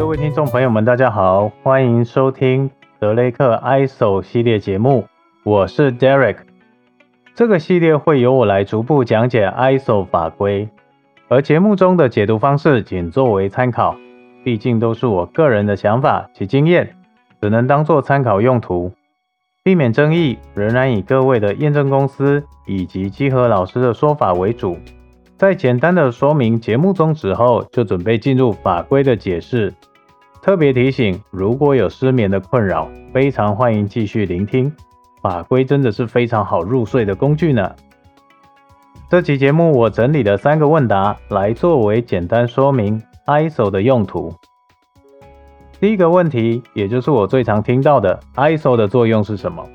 各位听众朋友们，大家好，欢迎收听德雷克 ISO 系列节目，我是 Derek。这个系列会由我来逐步讲解 ISO 法规，而节目中的解读方式仅作为参考，毕竟都是我个人的想法及经验，只能当作参考用途，避免争议，仍然以各位的验证公司以及稽核老师的说法为主。在简单的说明节目宗旨后，就准备进入法规的解释。特别提醒，如果有失眠的困扰，非常欢迎继续聆听。法规真的是非常好入睡的工具呢。这期节目我整理了3个问答，来作为简单说明 ISO 的用途。第一个问题，也就是我最常听到的 ISO 的作用是什么？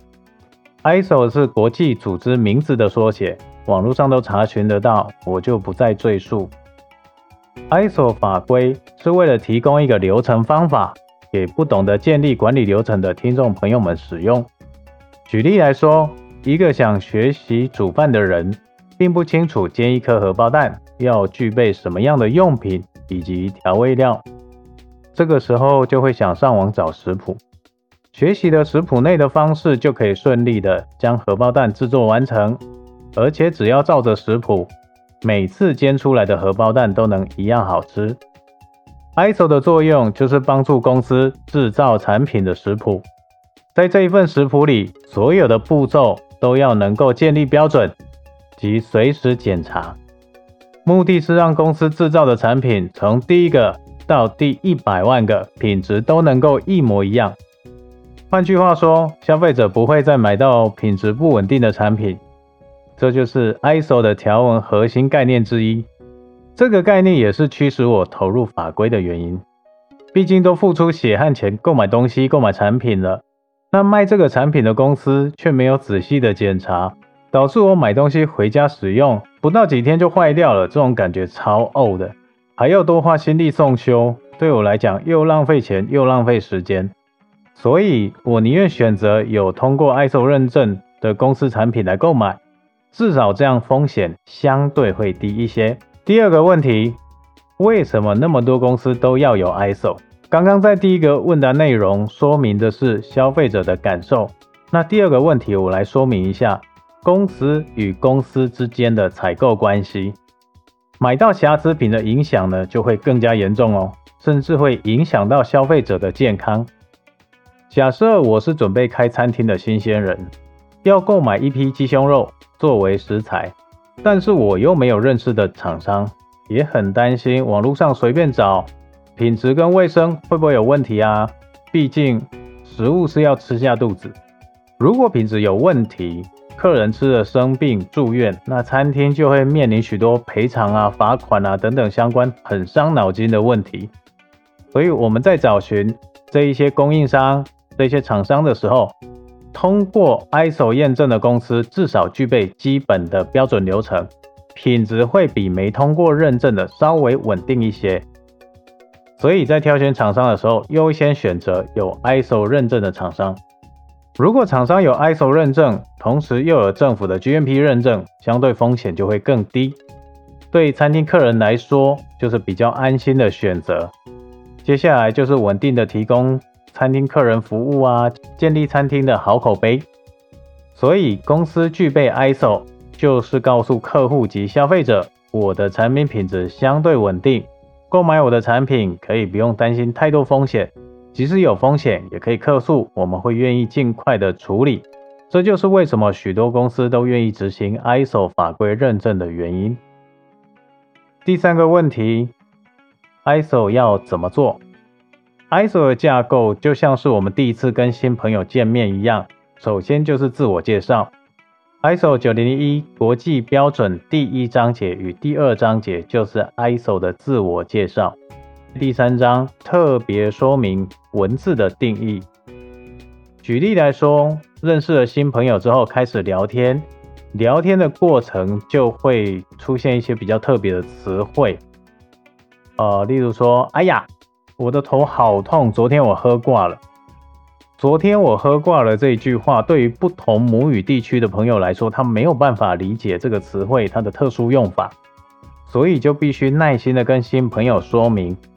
ISO 是国际组织名字的缩写，网络上都查询得到，我就不再赘述。ISO 法规是为了提供一个流程方法，给不懂得建立管理流程的听众朋友们使用。举例来说，一个想学习煮饭的人，并不清楚煎一颗荷包蛋要具备什么样的用品以及调味料，这个时候就会想上网找食谱。学习的食谱内的方式，就可以顺利的将荷包蛋制作完成，而且只要照着食谱，每次煎出来的荷包蛋都能一样好吃。ISO 的作用就是帮助公司制造产品的食谱，在这一份食谱里，所有的步骤都要能够建立标准及随时检查，目的是让公司制造的产品从第1个到第100万个品质都能够一模一样。换句话说，消费者不会再买到品质不稳定的产品，这就是 ISO 的条文核心概念之一。这个概念也是驱使我投入法规的原因。毕竟都付出血汗钱购买东西、购买产品了，那卖这个产品的公司却没有仔细的检查，导致我买东西回家使用，不到几天就坏掉了，这种感觉超怄的，还要多花心力送修，对我来讲又浪费钱又浪费时间。所以我宁愿选择有通过 ISO 认证的公司产品来购买，至少这样风险相对会低一些。第2个问题，为什么那么多公司都要有 ISO？ 刚刚在第1个问答内容说明的是消费者的感受，那第2个问题我来说明一下公司与公司之间的采购关系。买到瑕疵品的影响呢，就会更加严重哦，甚至会影响到消费者的健康。假设我是准备开餐厅的新鲜人，要购买一批鸡胸肉作为食材，但是我又没有认识的厂商，也很担心网络上随便找，品质跟卫生会不会有问题啊？毕竟食物是要吃下肚子，如果品质有问题，客人吃了生病住院，那餐厅就会面临许多赔偿啊、罚款啊等等相关很伤脑筋的问题。所以我们在找寻这一些供应商、这些厂商的时候，通过 ISO 验证的公司至少具备基本的标准流程，品质会比没通过认证的稍微稳定一些。所以在挑选厂商的时候，优先选择有 ISO 认证的厂商。如果厂商有 ISO 认证，同时又有政府的 GMP 认证，相对风险就会更低。对餐厅客人来说，就是比较安心的选择。接下来就是稳定的提供餐厅客人服务啊，建立餐厅的好口碑。所以公司具备 ISO， 就是告诉客户及消费者，我的产品品质相对稳定，购买我的产品可以不用担心太多风险，即使有风险也可以客诉，我们会愿意尽快的处理。这就是为什么许多公司都愿意执行 ISO 法规认证的原因。第3个问题， ISO 要怎么做？ISO 的架构就像是我们第一次跟新朋友见面一样，首先就是自我介绍。ISO 9001国际标准第1章节与第2章节就是 ISO 的自我介绍。第3章特别说明文字的定义。举例来说，认识了新朋友之后开始聊天，聊天的过程就会出现一些比较特别的词汇。例如说，哎呀，我的头好痛，昨天我喝挂了。昨天我喝挂了这一句话，对于不同母语地区的朋友来说，他没有办法理解这个词汇它的特殊用法，所以就必须耐心的跟新朋友说明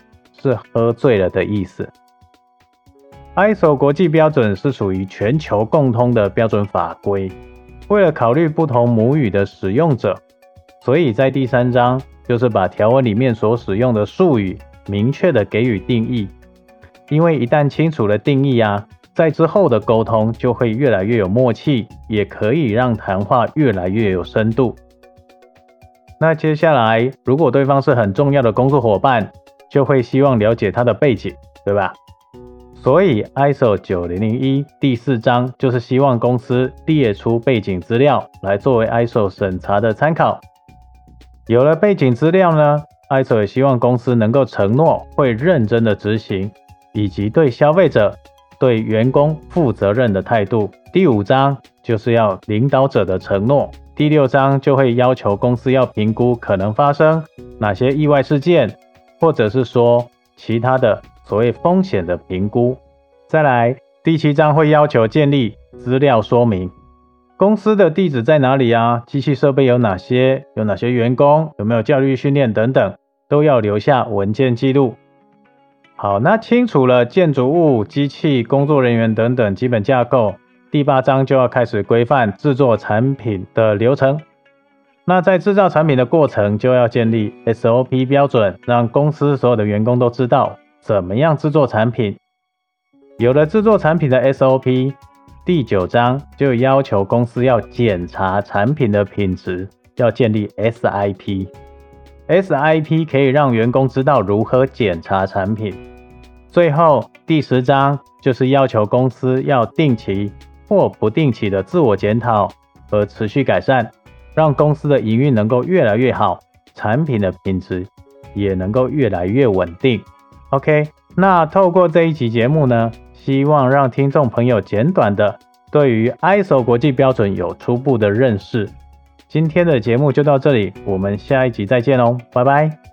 是喝醉了的意思。ISO 国际标准是属于全球共通的标准法规，为了考虑不同母语的使用者，所以在第3章就是把条文里面所使用的术语明确的给予定义，因为一旦清楚了定义在之后的沟通就会越来越有默契，也可以让谈话越来越有深度。那接下来如果对方是很重要的工作伙伴，就会希望了解他的背景，对吧？所以 ISO 9001第4章就是希望公司列出背景资料来作为 ISO 审查的参考。有了背景资料呢， ISO 也希望公司能够承诺会认真的执行，以及对消费者、对员工负责任的态度。第5章就是要领导者的承诺。第6章就会要求公司要评估可能发生哪些意外事件，或者是说其他的所谓风险的评估。再来，第7章会要求建立资料说明，公司的地址在哪里机器设备有哪些，有哪些员工，有没有教育训练等等，都要留下文件记录。好，那清楚了建筑物、机器、工作人员等等基本架构，第8章就要开始规范制作产品的流程。那在制造产品的过程就要建立 SOP 标准，让公司所有的员工都知道怎么样制作产品。有了制作产品的 SOP， 第9章就要求公司要检查产品的品质，要建立 SIP。SIP 可以让员工知道如何检查产品。最后第10章就是要求公司要定期或不定期的自我检讨和持续改善，让公司的营运能够越来越好，产品的品质也能够越来越稳定。OK， 那透过这一集节目呢，希望让听众朋友简短的对于 ISO 国际标准有初步的认识。今天的节目就到这里，我们下一集再见喽，拜拜。